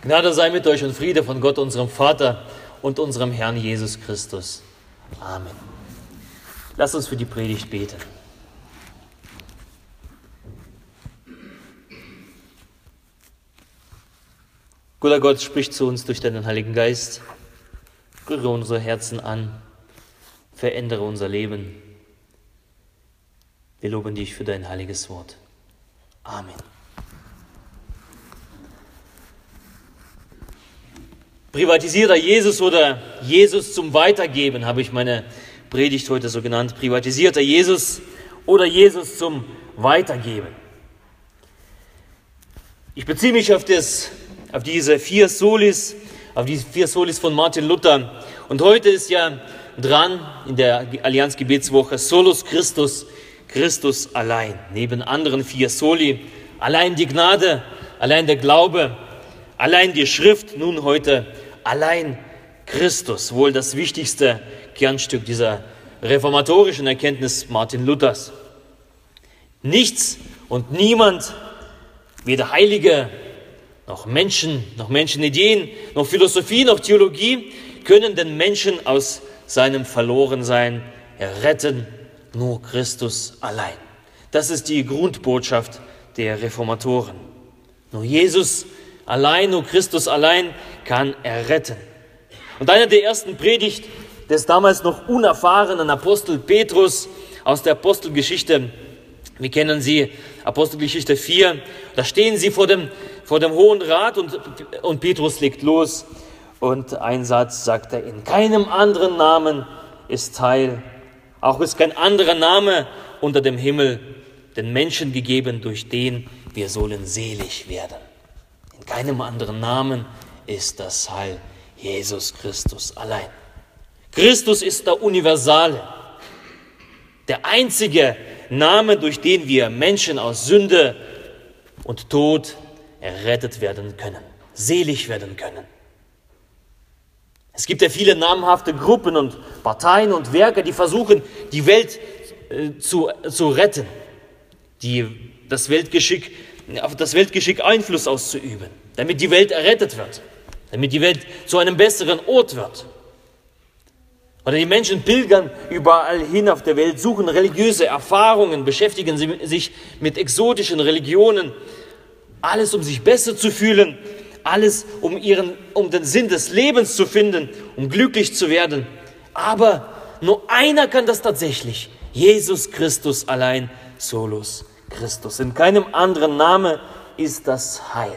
Gnade sei mit euch und Friede von Gott, unserem Vater und unserem Herrn Jesus Christus. Amen. Lasst uns für die Predigt beten. Guter Gott, sprich zu uns durch deinen Heiligen Geist. Rühre unsere Herzen an. Verändere unser Leben. Wir loben dich für dein heiliges Wort. Amen. Privatisierter Jesus oder Jesus zum Weitergeben, habe ich meine Predigt heute so genannt. Privatisierter Jesus oder Jesus zum Weitergeben. Ich beziehe mich auf diese vier Solis von Martin Luther. Und heute ist ja dran in der Allianz Gebetswoche Solus Christus, Christus allein. Neben anderen 4 Soli, allein die Gnade, allein der Glaube, allein die Schrift, nun heute allein Christus, wohl das wichtigste Kernstück dieser reformatorischen Erkenntnis Martin Luthers. Nichts und niemand, weder Heilige, noch Menschenideen, noch Philosophie, noch Theologie, können den Menschen aus seinem Verlorensein erretten, nur Christus allein. Das ist die Grundbotschaft der Reformatoren. Nur Jesus allein, nur Christus allein kann erretten. Und eine der ersten Predigt des damals noch unerfahrenen Apostel Petrus aus der Apostelgeschichte, wir kennen sie, Apostelgeschichte 4, da stehen sie vor dem Hohen Rat und Petrus legt los und ein Satz sagt er, in keinem anderen Namen ist Heil, auch ist kein anderer Name unter dem Himmel den Menschen gegeben, durch den wir sollen selig werden. In keinem anderen Namen ist das Heil, Jesus Christus allein. Christus ist der Universale, der einzige Name, durch den wir Menschen aus Sünde und Tod errettet werden können, selig werden können. Es gibt ja viele namhafte Gruppen und Parteien und Werke, die versuchen, die Welt zu retten, auf das Weltgeschick Einfluss auszuüben, damit die Welt errettet wird, damit die Welt zu einem besseren Ort wird. Oder die Menschen pilgern überall hin auf der Welt, suchen religiöse Erfahrungen, beschäftigen sich mit exotischen Religionen, alles um sich besser zu fühlen, alles um den Sinn des Lebens zu finden, um glücklich zu werden. Aber nur einer kann das tatsächlich, Jesus Christus allein, solus Christus. In keinem anderen Namen ist das Heil.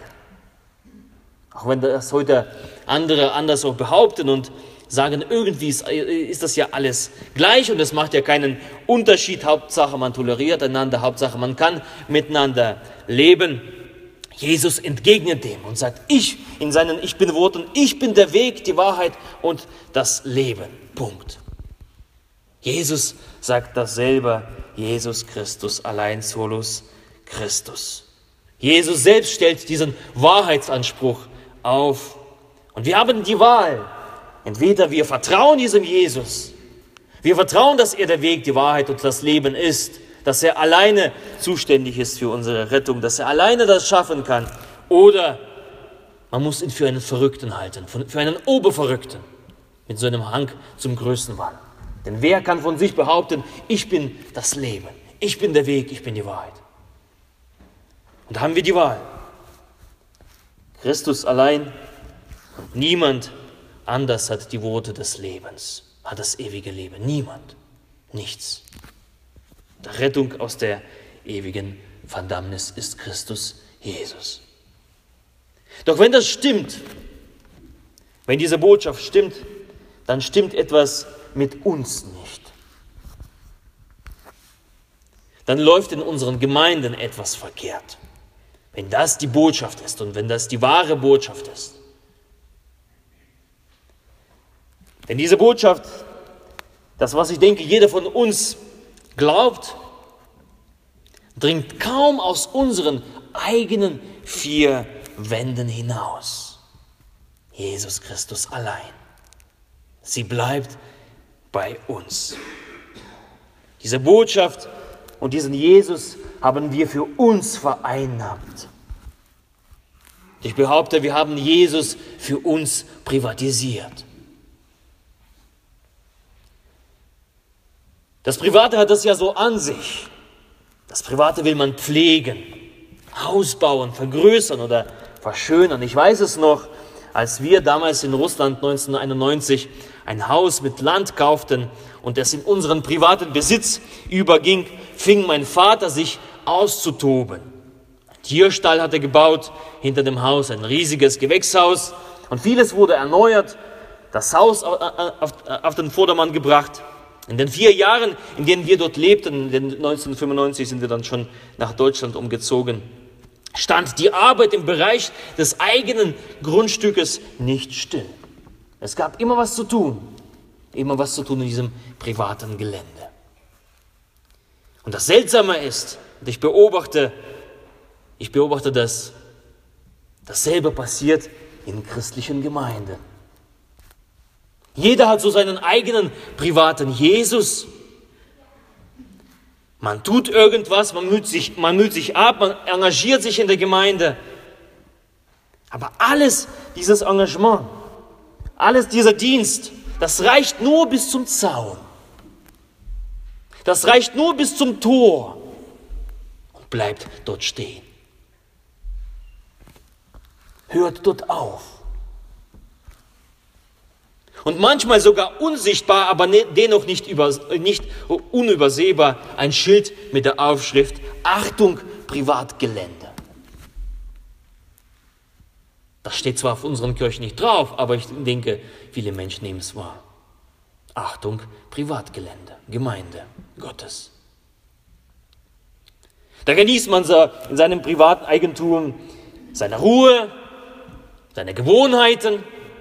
Auch wenn das heute andere anders auch behaupten und sagen, irgendwie ist das ja alles gleich und es macht ja keinen Unterschied. Hauptsache man toleriert einander, Hauptsache man kann miteinander leben. Jesus entgegnet dem und sagt, ich bin Worten, ich bin der Weg, die Wahrheit und das Leben. Punkt. Jesus sagt dasselbe, Jesus Christus allein, solus Christus. Jesus selbst stellt diesen Wahrheitsanspruch auf. Und wir haben die Wahl. Entweder wir vertrauen diesem Jesus, wir vertrauen, dass er der Weg, die Wahrheit und das Leben ist, dass er alleine zuständig ist für unsere Rettung, dass er alleine das schaffen kann. Oder man muss ihn für einen Verrückten halten, für einen Oberverrückten, mit so einem Hang zum Größenwahn. Denn wer kann von sich behaupten, ich bin das Leben, ich bin der Weg, ich bin die Wahrheit. Und da haben wir die Wahl. Christus allein und niemand anders hat die Worte des Lebens, hat das ewige Leben. Niemand, nichts. Die Rettung aus der ewigen Verdammnis ist Christus Jesus. Doch wenn das stimmt, wenn diese Botschaft stimmt, dann stimmt etwas mit uns nicht. Dann läuft in unseren Gemeinden etwas verkehrt. Wenn das die Botschaft ist und wenn das die wahre Botschaft ist. Denn diese Botschaft, das, was ich denke, jeder von uns glaubt, dringt kaum aus unseren eigenen 4 Wänden hinaus. Jesus Christus allein. Sie bleibt bei uns. Diese Botschaft und diesen Jesus haben wir für uns vereinnahmt. Ich behaupte, wir haben Jesus für uns privatisiert. Das Private hat das ja so an sich. Das Private will man pflegen, ausbauen, vergrößern oder verschönern. Ich weiß es noch, als wir damals in Russland 1991 ein Haus mit Land kauften und es in unseren privaten Besitz überging, fing mein Vater sich auszutoben. Ein Tierstall hat er gebaut, hinter dem Haus ein riesiges Gewächshaus und vieles wurde erneuert, das Haus auf den Vordermann gebracht. In den 4 Jahren, in denen wir dort lebten, 1995 sind wir dann schon nach Deutschland umgezogen, stand die Arbeit im Bereich des eigenen Grundstückes nicht still. Es gab immer was zu tun in diesem privaten Gelände. Und das Seltsame ist, und ich beobachte, dass dasselbe passiert in christlichen Gemeinden. Jeder hat so seinen eigenen privaten Jesus. Man tut irgendwas, man müht sich ab, man engagiert sich in der Gemeinde. Aber alles dieses Engagement, alles dieser Dienst, das reicht nur bis zum Zaun. Das reicht nur bis zum Tor und bleibt dort stehen. Hört dort auf. Und manchmal sogar unsichtbar, aber dennoch nicht unübersehbar, ein Schild mit der Aufschrift Achtung, Privatgelände. Das steht zwar auf unseren Kirchen nicht drauf, aber ich denke, viele Menschen nehmen es wahr. Achtung, Privatgelände, Gemeinde Gottes. Da genießt man in seinem privaten Eigentum seine Ruhe, seine Gewohnheiten.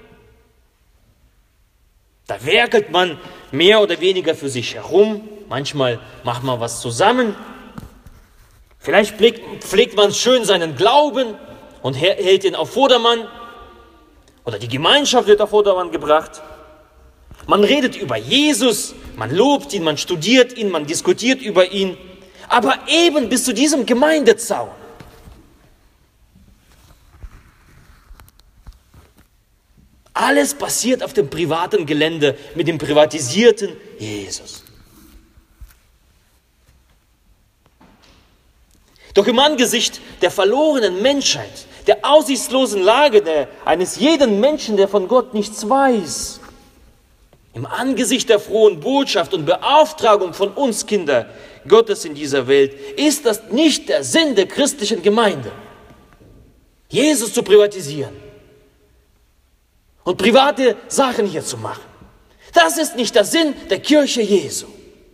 Da werkelt man mehr oder weniger für sich herum. Manchmal macht man was zusammen. Vielleicht pflegt man schön seinen Glauben und hält ihn auf Vordermann. Oder die Gemeinschaft wird auf Vordermann gebracht. Man redet über Jesus, man lobt ihn, man studiert ihn, man diskutiert über ihn. Aber eben bis zu diesem Gemeindezaun. Alles passiert auf dem privaten Gelände mit dem privatisierten Jesus. Doch im Angesicht der verlorenen Menschheit, der aussichtslosen Lage eines jeden Menschen, der von Gott nichts weiß, im Angesicht der frohen Botschaft und Beauftragung von uns Kinder Gottes in dieser Welt, ist das nicht der Sinn der christlichen Gemeinde, Jesus zu privatisieren und private Sachen hier zu machen. Das ist nicht der Sinn der Kirche Jesu.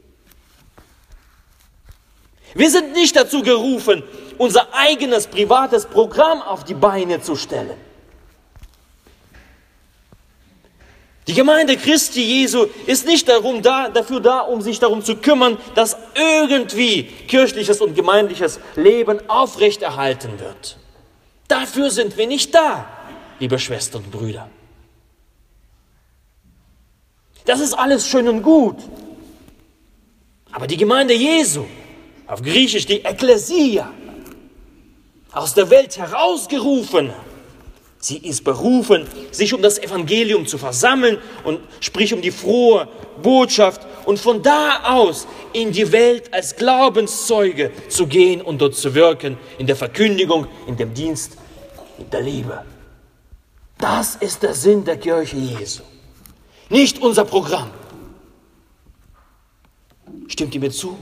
Wir sind nicht dazu gerufen, unser eigenes privates Programm auf die Beine zu stellen. Die Gemeinde Christi Jesu ist nicht dafür da, um sich darum zu kümmern, dass irgendwie kirchliches und gemeindliches Leben aufrechterhalten wird. Dafür sind wir nicht da, liebe Schwestern und Brüder. Das ist alles schön und gut. Aber die Gemeinde Jesu, auf Griechisch die Ekklesia, aus der Welt herausgerufen, sie ist berufen, sich um das Evangelium zu versammeln und sprich um die frohe Botschaft und von da aus in die Welt als Glaubenszeuge zu gehen und dort zu wirken, in der Verkündigung, in dem Dienst, in der Liebe. Das ist der Sinn der Kirche Jesu. Nicht unser Programm. Stimmt ihr mir zu?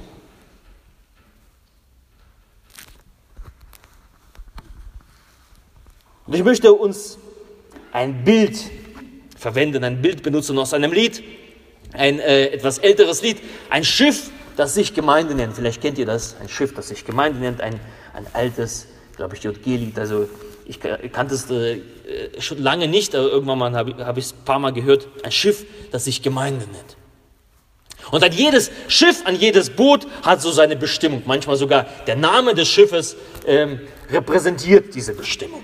Und ich möchte uns ein Bild verwenden, ein Bild benutzen aus einem Lied, ein etwas älteres Lied, ein Schiff, das sich Gemeinde nennt. Vielleicht kennt ihr das, ein Schiff, das sich Gemeinde nennt, ein altes, glaube ich, JG-Lied. Also ich kannte es schon lange nicht, aber irgendwann mal habe ich es ein paar Mal gehört, ein Schiff, das sich Gemeinde nennt. Und an jedes Schiff, an jedes Boot hat so seine Bestimmung. Manchmal sogar der Name des Schiffes repräsentiert diese Bestimmung.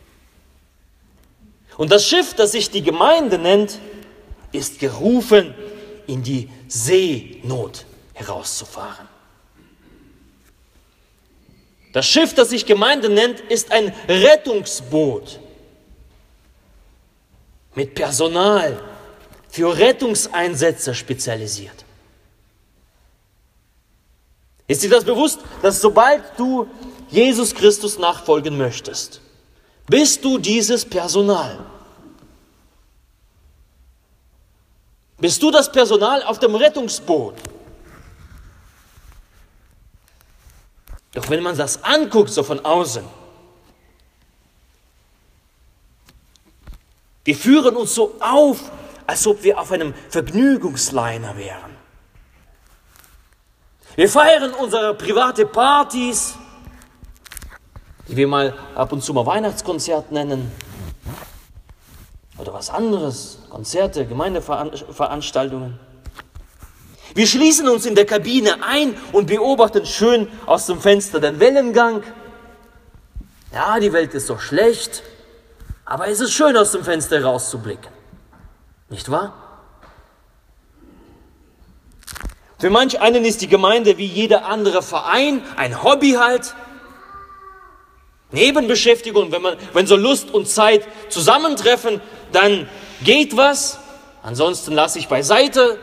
Und das Schiff, das sich die Gemeinde nennt, ist gerufen, in die Seenot herauszufahren. Das Schiff, das sich Gemeinde nennt, ist ein Rettungsboot mit Personal für Rettungseinsätze spezialisiert. Ist dir das bewusst, dass sobald du Jesus Christus nachfolgen möchtest, bist du dieses Personal? Bist du das Personal auf dem Rettungsboot? Doch wenn man das anguckt, so von außen, wir führen uns so auf, als ob wir auf einem Vergnügungsliner wären. Wir feiern unsere private Partys, die wir mal ab und zu mal Weihnachtskonzert nennen oder was anderes, Konzerte, Gemeindeveranstaltungen. Wir schließen uns in der Kabine ein und beobachten schön aus dem Fenster den Wellengang. Ja, die Welt ist doch schlecht, aber es ist schön, aus dem Fenster rauszublicken. Nicht wahr? Für manch einen ist die Gemeinde wie jeder andere Verein ein Hobby halt. Nebenbeschäftigung, wenn so Lust und Zeit zusammentreffen, dann geht was. Ansonsten lasse ich beiseite.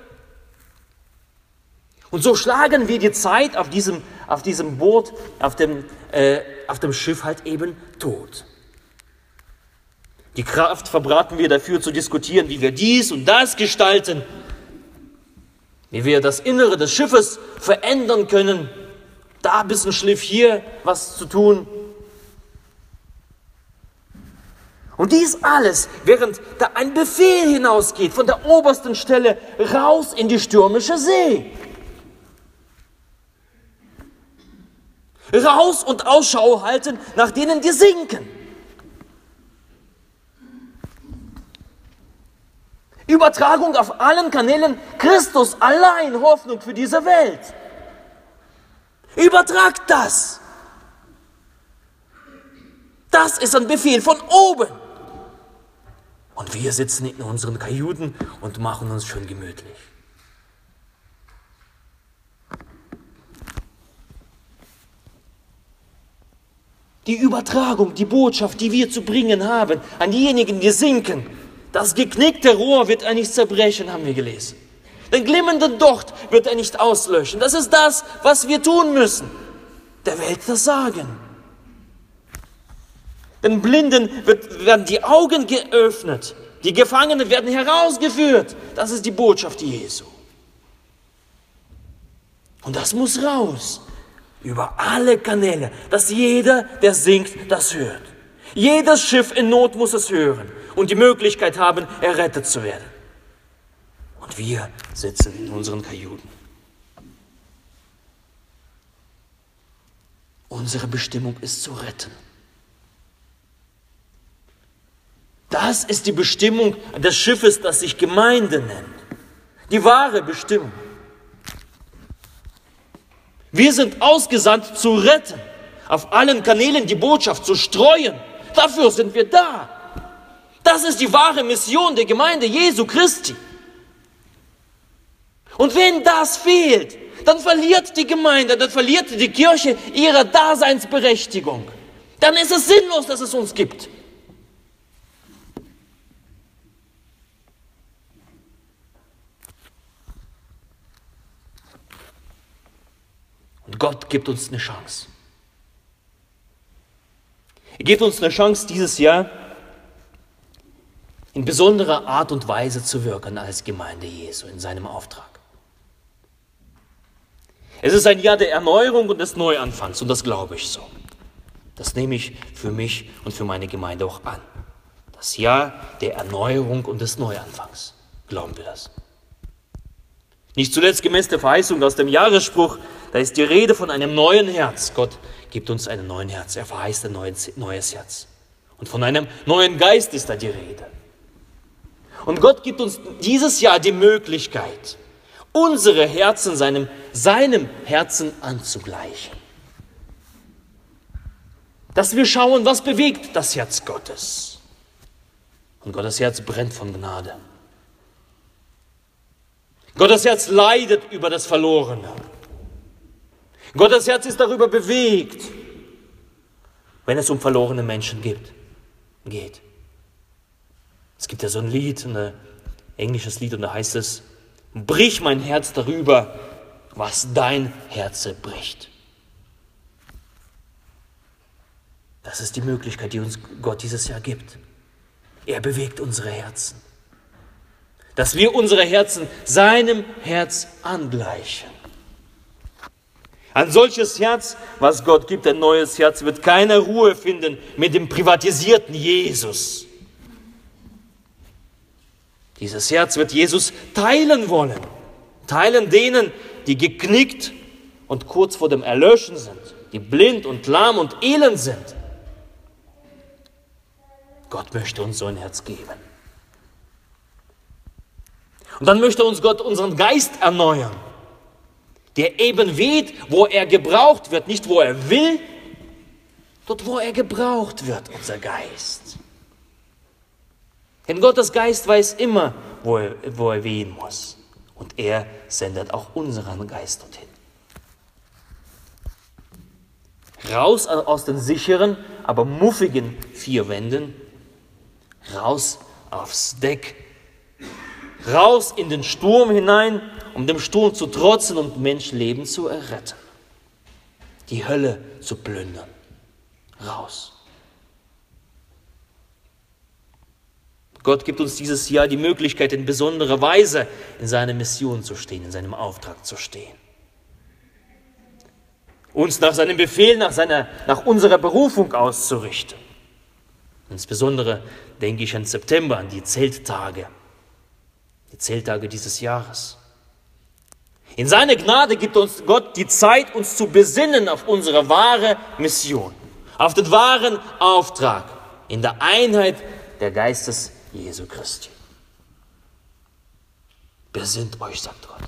Und so schlagen wir die Zeit auf diesem Boot, auf dem Schiff halt eben tot. Die Kraft verbraten wir dafür zu diskutieren, wie wir dies und das gestalten, wie wir das Innere des Schiffes verändern können, da ein bisschen Schliff, hier was zu tun. Und dies alles, während da ein Befehl hinausgeht von der obersten Stelle raus in die stürmische See. Raus und Ausschau halten nach denen, die sinken. Übertragung auf allen Kanälen, Christus allein Hoffnung für diese Welt. Übertragt das. Das ist ein Befehl von oben. Und wir sitzen in unseren Kajüten und machen uns schön gemütlich. Die Übertragung, die Botschaft, die wir zu bringen haben, an diejenigen, die sinken. Das geknickte Rohr wird er nicht zerbrechen, haben wir gelesen. Den glimmenden Docht wird er nicht auslöschen. Das ist das, was wir tun müssen. Der Welt das sagen. Den Blinden werden die Augen geöffnet. Die Gefangenen werden herausgeführt. Das ist die Botschaft Jesu. Und das muss raus. Über alle Kanäle, dass jeder, der singt, das hört. Jedes Schiff in Not muss es hören und die Möglichkeit haben, errettet zu werden. Und wir sitzen in unseren Kajüten. Unsere Bestimmung ist zu retten. Das ist die Bestimmung des Schiffes, das sich Gemeinde nennt. Die wahre Bestimmung. Wir sind ausgesandt zu retten, auf allen Kanälen die Botschaft zu streuen. Dafür sind wir da. Das ist die wahre Mission der Gemeinde Jesu Christi. Und wenn das fehlt, dann verliert die Gemeinde, dann verliert die Kirche ihre Daseinsberechtigung. Dann ist es sinnlos, dass es uns gibt. Und Gott gibt uns eine Chance. Er gibt uns eine Chance, dieses Jahr in besonderer Art und Weise zu wirken als Gemeinde Jesu in seinem Auftrag. Es ist ein Jahr der Erneuerung und des Neuanfangs und das glaube ich so. Das nehme ich für mich und für meine Gemeinde auch an. Das Jahr der Erneuerung und des Neuanfangs. Glauben wir das? Nicht zuletzt gemäß der Verheißung aus dem Jahresspruch, da ist die Rede von einem neuen Herz. Gott gibt uns einen neuen Herz. Er verheißt ein neues Herz. Und von einem neuen Geist ist da die Rede. Und Gott gibt uns dieses Jahr die Möglichkeit, unsere Herzen seinem Herzen anzugleichen. Dass wir schauen, was bewegt das Herz Gottes. Und Gottes Herz brennt von Gnade. Gottes Herz leidet über das Verlorene. Gottes Herz ist darüber bewegt, wenn es um verlorene Menschen geht. Es gibt ja so ein Lied, ein englisches Lied, und da heißt es: Brich mein Herz darüber, was dein Herze bricht. Das ist die Möglichkeit, die uns Gott dieses Jahr gibt. Er bewegt unsere Herzen. Dass wir unsere Herzen seinem Herz angleichen. Ein solches Herz, was Gott gibt, ein neues Herz, wird keine Ruhe finden mit dem privatisierten Jesus. Dieses Herz wird Jesus teilen wollen. Teilen denen, die geknickt und kurz vor dem Erlöschen sind, die blind und lahm und elend sind. Gott möchte uns so ein Herz geben. Und dann möchte uns Gott unseren Geist erneuern, der eben weht, wo er gebraucht wird, nicht wo er will, dort wo er gebraucht wird, unser Geist. Denn Gottes Geist weiß immer, wo er wehen muss. Und er sendet auch unseren Geist dorthin. Raus aus den sicheren, aber muffigen 4 Wänden, raus aufs Deck, raus in den Sturm hinein, um dem Sturm zu trotzen und Menschenleben zu erretten. Die Hölle zu plündern. Raus. Gott gibt uns dieses Jahr die Möglichkeit, in besonderer Weise in seiner Mission zu stehen, in seinem Auftrag zu stehen. Uns nach seinem Befehl, nach unserer Berufung auszurichten. Insbesondere denke ich an September, an die Zelttage dieses Jahres. In seiner Gnade gibt uns Gott die Zeit, uns zu besinnen auf unsere wahre Mission, auf den wahren Auftrag, in der Einheit der Geistes Jesu Christi. Besinnt euch, sagt Gott.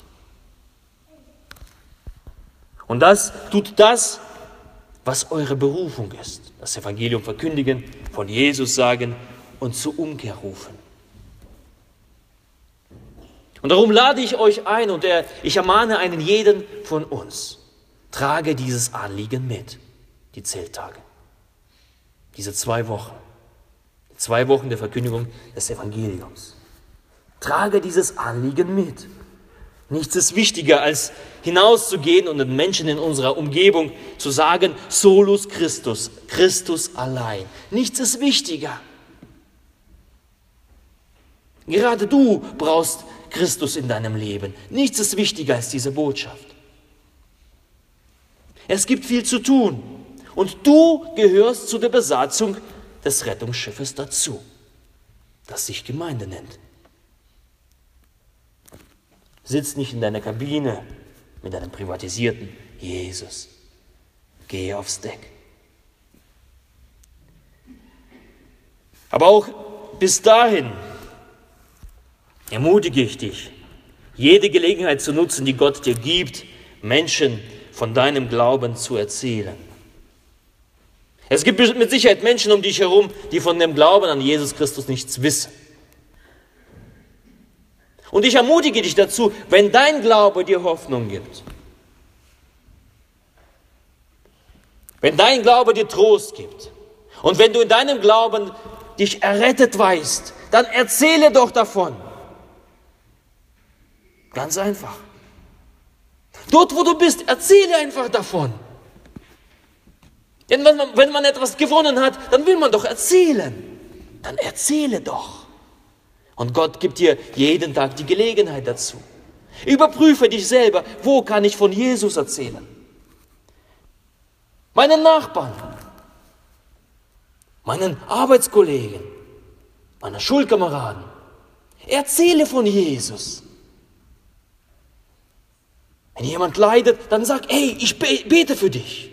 Und das tut das, was eure Berufung ist. Das Evangelium verkündigen, von Jesus sagen und zur Umkehr rufen. Und darum lade ich euch ein und ich ermahne einen jeden von uns. Trage dieses Anliegen mit, die Zelttage. Diese 2 Wochen. 2 Wochen der Verkündigung des Evangeliums. Trage dieses Anliegen mit. Nichts ist wichtiger, als hinauszugehen und den Menschen in unserer Umgebung zu sagen: Solus Christus, Christus allein. Nichts ist wichtiger. Gerade du brauchst Christus in deinem Leben. Nichts ist wichtiger als diese Botschaft. Es gibt viel zu tun und du gehörst zu der Besatzung des Rettungsschiffes dazu, das sich Gemeinde nennt. Sitz nicht in deiner Kabine mit einem privatisierten Jesus. Gehe aufs Deck. Aber auch bis dahin ermutige ich dich, jede Gelegenheit zu nutzen, die Gott dir gibt, Menschen von deinem Glauben zu erzählen. Es gibt mit Sicherheit Menschen um dich herum, die von dem Glauben an Jesus Christus nichts wissen. Und ich ermutige dich dazu, wenn dein Glaube dir Hoffnung gibt, wenn dein Glaube dir Trost gibt und wenn du in deinem Glauben dich errettet weißt, dann erzähle doch davon. Ganz einfach. Dort, wo du bist, erzähle einfach davon. Denn wenn man etwas gewonnen hat, dann will man doch erzählen. Dann erzähle doch. Und Gott gibt dir jeden Tag die Gelegenheit dazu. Überprüfe dich selber, wo kann ich von Jesus erzählen? Meinen Nachbarn, meinen Arbeitskollegen, meinen Schulkameraden. Erzähle von Jesus. Wenn jemand leidet, dann sag: Hey, ich bete für dich.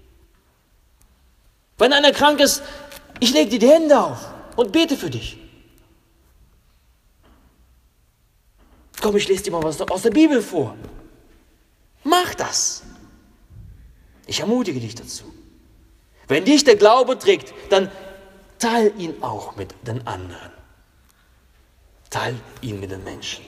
Wenn einer krank ist, ich lege dir die Hände auf und bete für dich. Komm, ich lese dir mal was aus der Bibel vor. Mach das. Ich ermutige dich dazu. Wenn dich der Glaube trägt, dann teil ihn auch mit den anderen. Teil ihn mit den Menschen.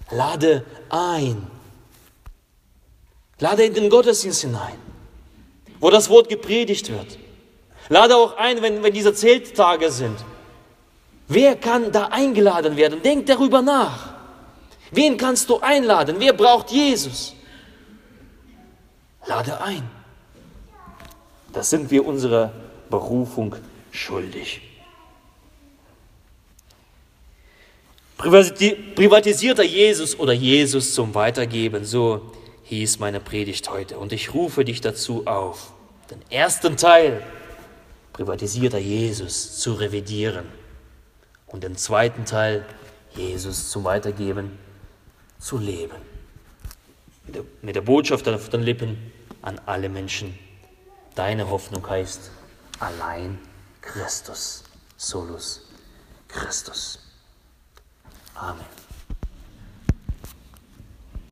Lade ein. Lade in den Gottesdienst hinein. wo das Wort gepredigt wird. Lade auch ein, wenn diese Zelttage sind. Wer kann da eingeladen werden? Denk darüber nach. Wen kannst du einladen? Wer braucht Jesus? Lade ein. Das sind wir unserer Berufung schuldig. Privatisierter Jesus oder Jesus zum Weitergeben, so hieß meine Predigt heute. Und ich rufe dich dazu auf, den ersten Teil, privatisierter Jesus, zu revidieren. Und den zweiten Teil, Jesus zum Weitergeben, zu leben. Mit der Botschaft auf den Lippen an alle Menschen. Deine Hoffnung heißt allein Christus. Solus Christus. Amen.